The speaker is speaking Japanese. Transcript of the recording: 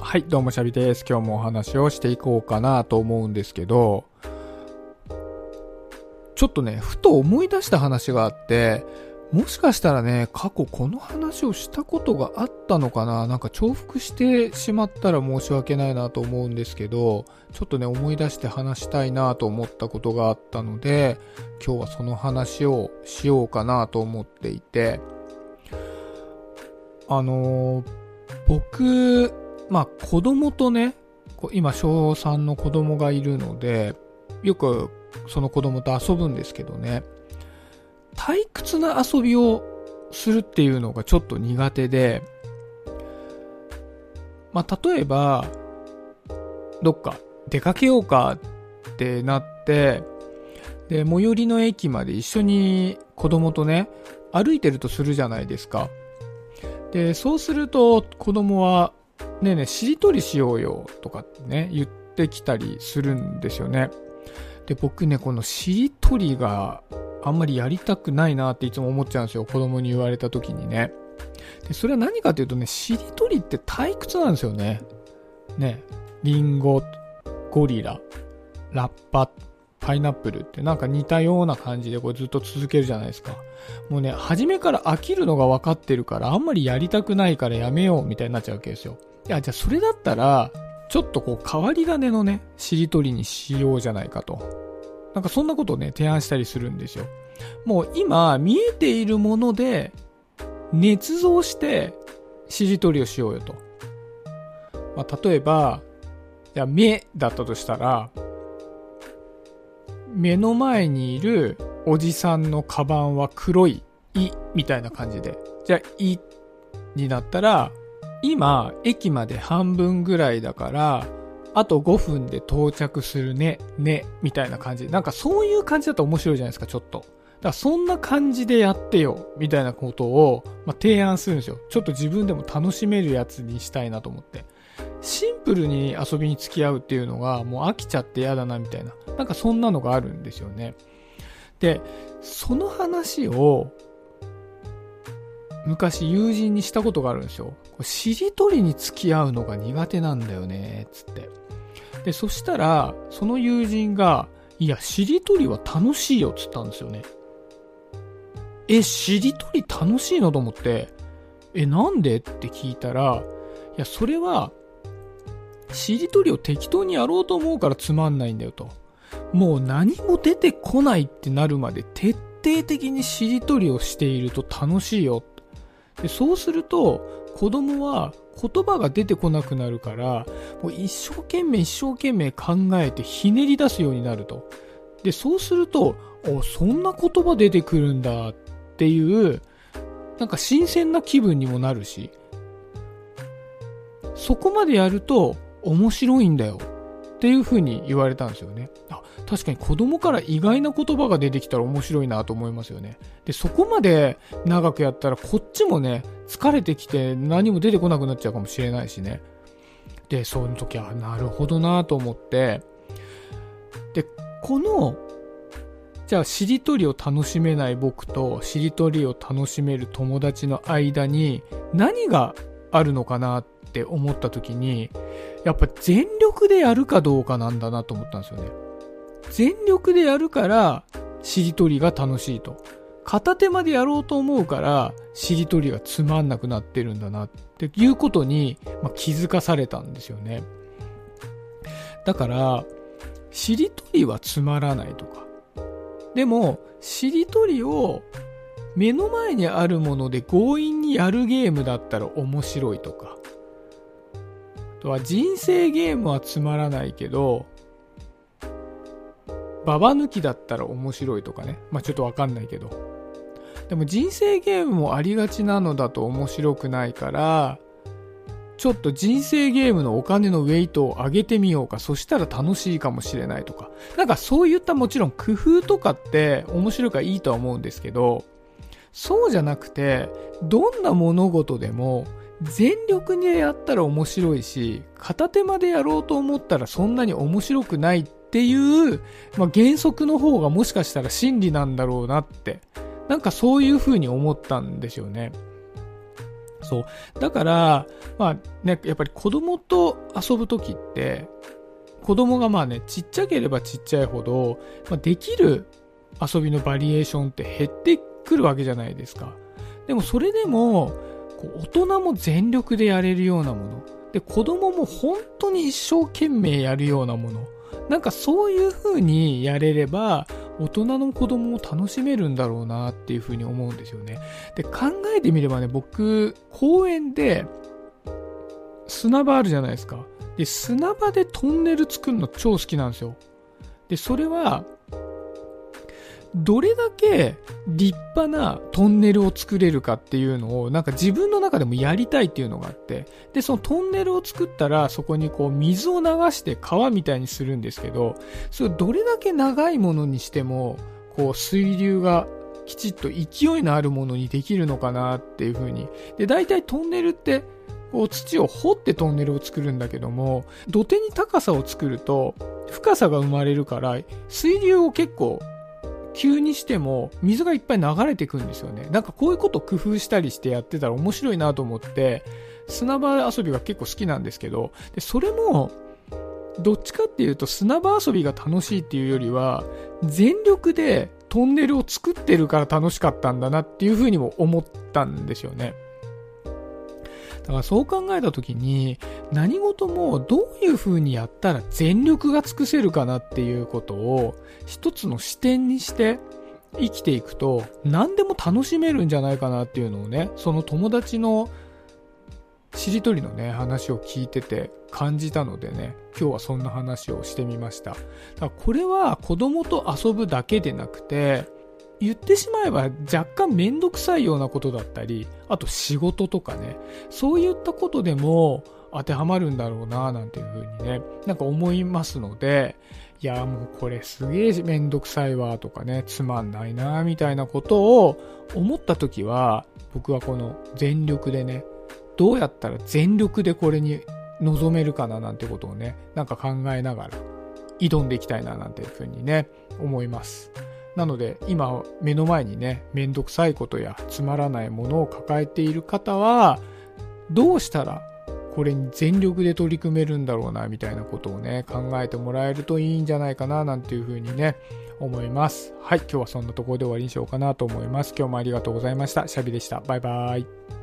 はい、どうもシャビです。今日もお話をしていこうかなと思うんですけど、ちょっとね、ふと思い出した話があって、もしかしたらね、過去この話をしたことがあったのかな、なんか重複してしまったら申し訳ないなと思うんですけど、ちょっとね、思い出して話したいなと思ったことがあったので、今日はその話をしようかなと思っていて、僕、子供とね、今小3の子供がいるので、よくその子供と遊ぶんですけどね、退屈な遊びをするっていうのがちょっと苦手で、例えば、どっか出かけようかってなって、で、最寄りの駅まで一緒に子供とね、歩いてるとするじゃないですか。で、そうすると子供は、ねえねえ、しりとりしようよとかってね、言ってきたりするんですよね。で、僕ね、このしりとりがあんまりやりたくないなっていつも思っちゃうんですよ。子供に言われた時にね。で、それは何かというとね、しりとりって退屈なんですよね。ね、リンゴ、ゴリラ、ラッパ、パイナップルってなんか似たような感じでこれずっと続けるじゃないですか。もうね、初めから飽きるのが分かってるから、あんまりやりたくないからやめようみたいになっちゃうわけですよ。いや、じゃあそれだったら、ちょっと変わり種のね、しりとりにしようじゃないかと。なんかそんなことをね、提案したりするんですよ。もう今、見えているもので、捏造して、しりとりをしようよと。例えば、じゃあ目だったとしたら、目の前にいるおじさんのカバンは黒い、みたいな感じで。じゃあ、になったら、今、駅まで半分ぐらいだから、あと5分で到着するね、みたいな感じ。なんかそういう感じだと面白いじゃないですか、ちょっと。だからそんな感じでやってよ、みたいなことを、提案するんですよ。ちょっと自分でも楽しめるやつにしたいなと思って。シンプルに遊びに付き合うっていうのが、もう飽きちゃって嫌だな、みたいな。なんかそんなのがあるんですよね。で、その話を、昔友人にしたことがあるんですよ。しりとりに付き合うのが苦手なんだよね、つって。で、そしたら、その友人が、いや、しりとりは楽しいよ、つったんですよね。しりとり楽しいのと思って、なんでって聞いたら、いや、それは、しりとりを適当にやろうと思うからつまんないんだよと。もう何も出てこないってなるまで徹底的にしりとりをしていると楽しいよ。で、そうすると子供は言葉が出てこなくなるから、もう一生懸命考えてひねり出すようになると。で、そうすると、そんな言葉出てくるんだっていう、なんか新鮮な気分にもなるし、そこまでやると面白いんだよっていう風に言われたんですよね。確かに子供から意外な言葉が出てきたら面白いなと思いますよね。で、そこまで長くやったらこっちもね、疲れてきて何も出てこなくなっちゃうかもしれないしね。で、その時はなるほどなと思って、で、じゃあしりとりを楽しめない僕としりとりを楽しめる友達の間に何があるのかなって思った時に、やっぱ全力でやるかどうかなんだなと思ったんですよね。全力でやるからしりとりが楽しいと。片手までやろうと思うからしりとりがつまんなくなってるんだなっていうことに、気づかされたんですよね。だからしりとりはつまらないとか。でもしりとりを目の前にあるもので強引にやるゲームだったら面白いとか。あとは人生ゲームはつまらないけど、ババ抜きだったら面白いとかね。ちょっとわかんないけど。でも人生ゲームもありがちなのだと面白くないから、ちょっと人生ゲームのお金のウェイトを上げてみようか。そしたら楽しいかもしれないとか。なんかそういったもちろん工夫とかって面白いからいいとは思うんですけど、そうじゃなくて、どんな物事でも全力にやったら面白いし、片手までやろうと思ったらそんなに面白くないっていう、原則の方がもしかしたら真理なんだろうなって、なんかそういう風に思ったんですよね。 そう。だから、まあね、やっぱり子供と遊ぶときって、子供がまあね、ちっちゃければちっちゃいほど、まあ、できる遊びのバリエーションって減ってくるわけじゃないですか。でもそれでも、こう大人も全力でやれるようなもの。で、子供も本当に一生懸命やるようなもの。なんかそういう風にやれれば、大人の子供も楽しめるんだろうなっていう風に思うんですよね。で、考えてみればね、僕、公園で砂場あるじゃないですか。で、砂場でトンネル作るの超好きなんですよ。で、それは、どれだけ立派なトンネルを作れるかっていうのをなんか自分の中でもやりたいっていうのがあって、でそのトンネルを作ったらそこにこう水を流して川みたいにするんですけど、それをどれだけ長いものにしてもこう水流がきちっと勢いのあるものにできるのかなっていう風に。で大体トンネルってこう土を掘ってトンネルを作るんだけども、土手に高さを作ると深さが生まれるから水流を結構急にしても水がいっぱい流れてくんですよね。なんかこういうことを工夫したりしてやってたら面白いなと思って砂場遊びが結構好きなんですけど、でそれもどっちかっていうと砂場遊びが楽しいっていうよりは全力でトンネルを作ってるから楽しかったんだなっていうふうにも思ったんですよね。だからそう考えたときに何事もどういう風にやったら全力が尽くせるかなっていうことを一つの視点にして生きていくと何でも楽しめるんじゃないかなっていうのをね、その友達のしりとりのね話を聞いてて感じたのでね、今日はそんな話をしてみました。だからこれは子供と遊ぶだけでなくて、言ってしまえば若干めんどくさいようなことだったり、あと仕事とかね、そういったことでも当てはまるんだろうななんていうふうにね、なんか思いますので、いやもうこれすげえめんどくさいわとかね、つまんないなみたいなことを思った時は、僕はこの全力でね、どうやったら全力でこれに臨めるかななんてことをね、なんか考えながら挑んでいきたいななんていうふうにね、思います。なので今目の前にね、めんどくさいことやつまらないものを抱えている方は、どうしたらこれに全力で取り組めるんだろうなみたいなことをね、考えてもらえるといいんじゃないかななんていうふうにね、思います。はい、今日はそんなところで終わりにしようかなと思います。今日もありがとうございました。シャビでした。バイバイ。